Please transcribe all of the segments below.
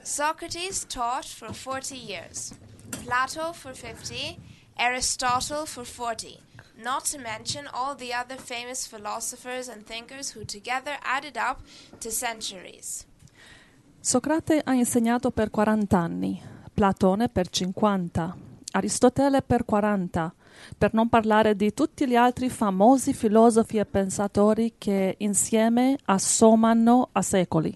Socrates taught for 40 years, Plato for 50, Aristotle for 40, not to mention all the other famous philosophers and thinkers who together added up to centuries. Socrate ha insegnato per 40 anni, Platone per 50, Aristotele per 40, per non parlare di tutti gli altri famosi filosofi e pensatori che insieme assommano a secoli.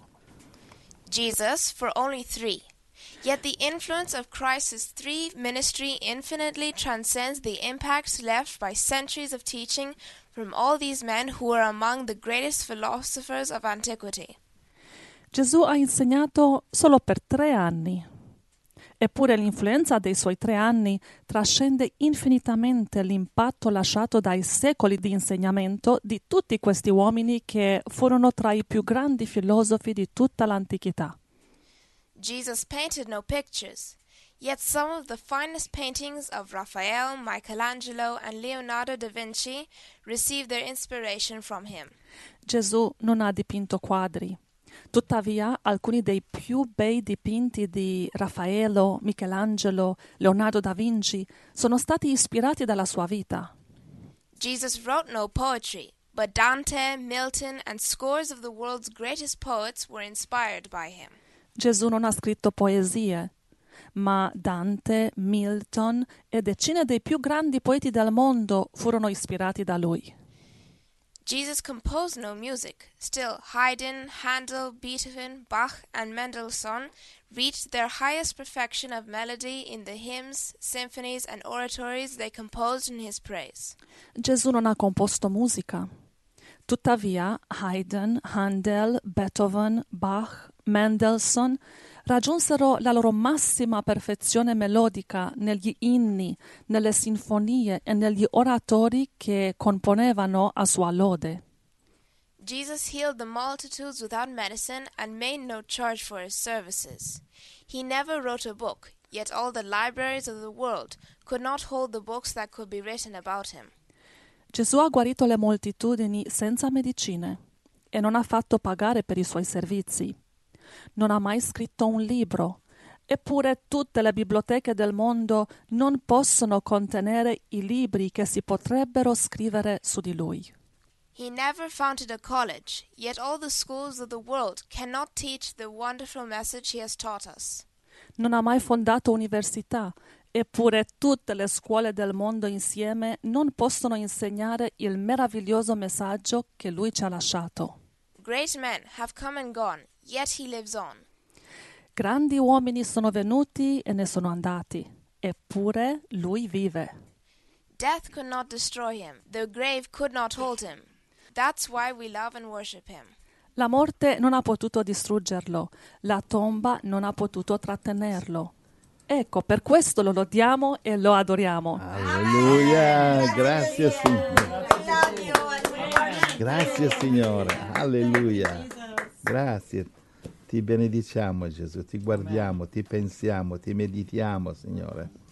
Jesus for only 3. Yet the influence of Christ's 3 ministry infinitely transcends the impact left by centuries of teaching from all these men who were among the greatest philosophers of antiquity. Gesù ha insegnato solo per 3 anni, eppure l'influenza dei suoi 3 anni trascende infinitamente l'impatto lasciato dai secoli di insegnamento di tutti questi uomini che furono tra i più grandi filosofi di tutta l'antichità. Jesus painted no pictures, yet some of the finest paintings of Raphael, Michelangelo, and Leonardo da Vinci received their inspiration from him. Gesù non ha dipinto quadri. Tuttavia, alcuni dei più bei dipinti di Raffaello, Michelangelo, Leonardo da Vinci sono stati ispirati dalla sua vita. Jesus wrote no poetry, but Dante, Milton, and scores of the world's greatest poets were inspired by him. Gesù non ha scritto poesie, ma Dante, Milton e decine dei più grandi poeti del mondo furono ispirati da lui. Jesus composed no music. Still, Haydn, Handel, Beethoven, Bach, and Mendelssohn reached their highest perfection of melody in the hymns, symphonies, and oratories they composed in his praise. Gesù non ha composto musica. Tuttavia, Haydn, Handel, Beethoven, Bach, Mendelssohn raggiunsero la loro massima perfezione melodica negli inni, nelle sinfonie e negli oratori che componevano a sua lode. Jesus healed the multitudes without medicine and made no charge for his services. He never wrote a book, yet all the libraries of the world could not hold the books that could be written about him. Gesù ha guarito le moltitudini senza medicine e non ha fatto pagare per i suoi servizi. Non ha mai scritto un libro, eppure tutte le biblioteche del mondo non possono contenere i libri che si potrebbero scrivere su di lui. He never founded a college, yet all the schools of the world cannot teach the wonderful message he has taught us. Non ha mai fondato università, eppure tutte le scuole del mondo insieme non possono insegnare il meraviglioso messaggio che lui ci ha lasciato. Great men have come and gone, yet he lives on. Grandi uomini sono venuti e ne sono andati, eppure lui vive. Death could not destroy him, the grave could not hold him. That's why we love and worship him. La morte non ha potuto distruggerlo, la tomba non ha potuto trattenerlo. Ecco, per questo lo lodiamo e lo adoriamo. Alleluia, grazie Signore. Grazie Signore, alleluia. Grazie, ti benediciamo Gesù, ti guardiamo, ti pensiamo, ti meditiamo Signore.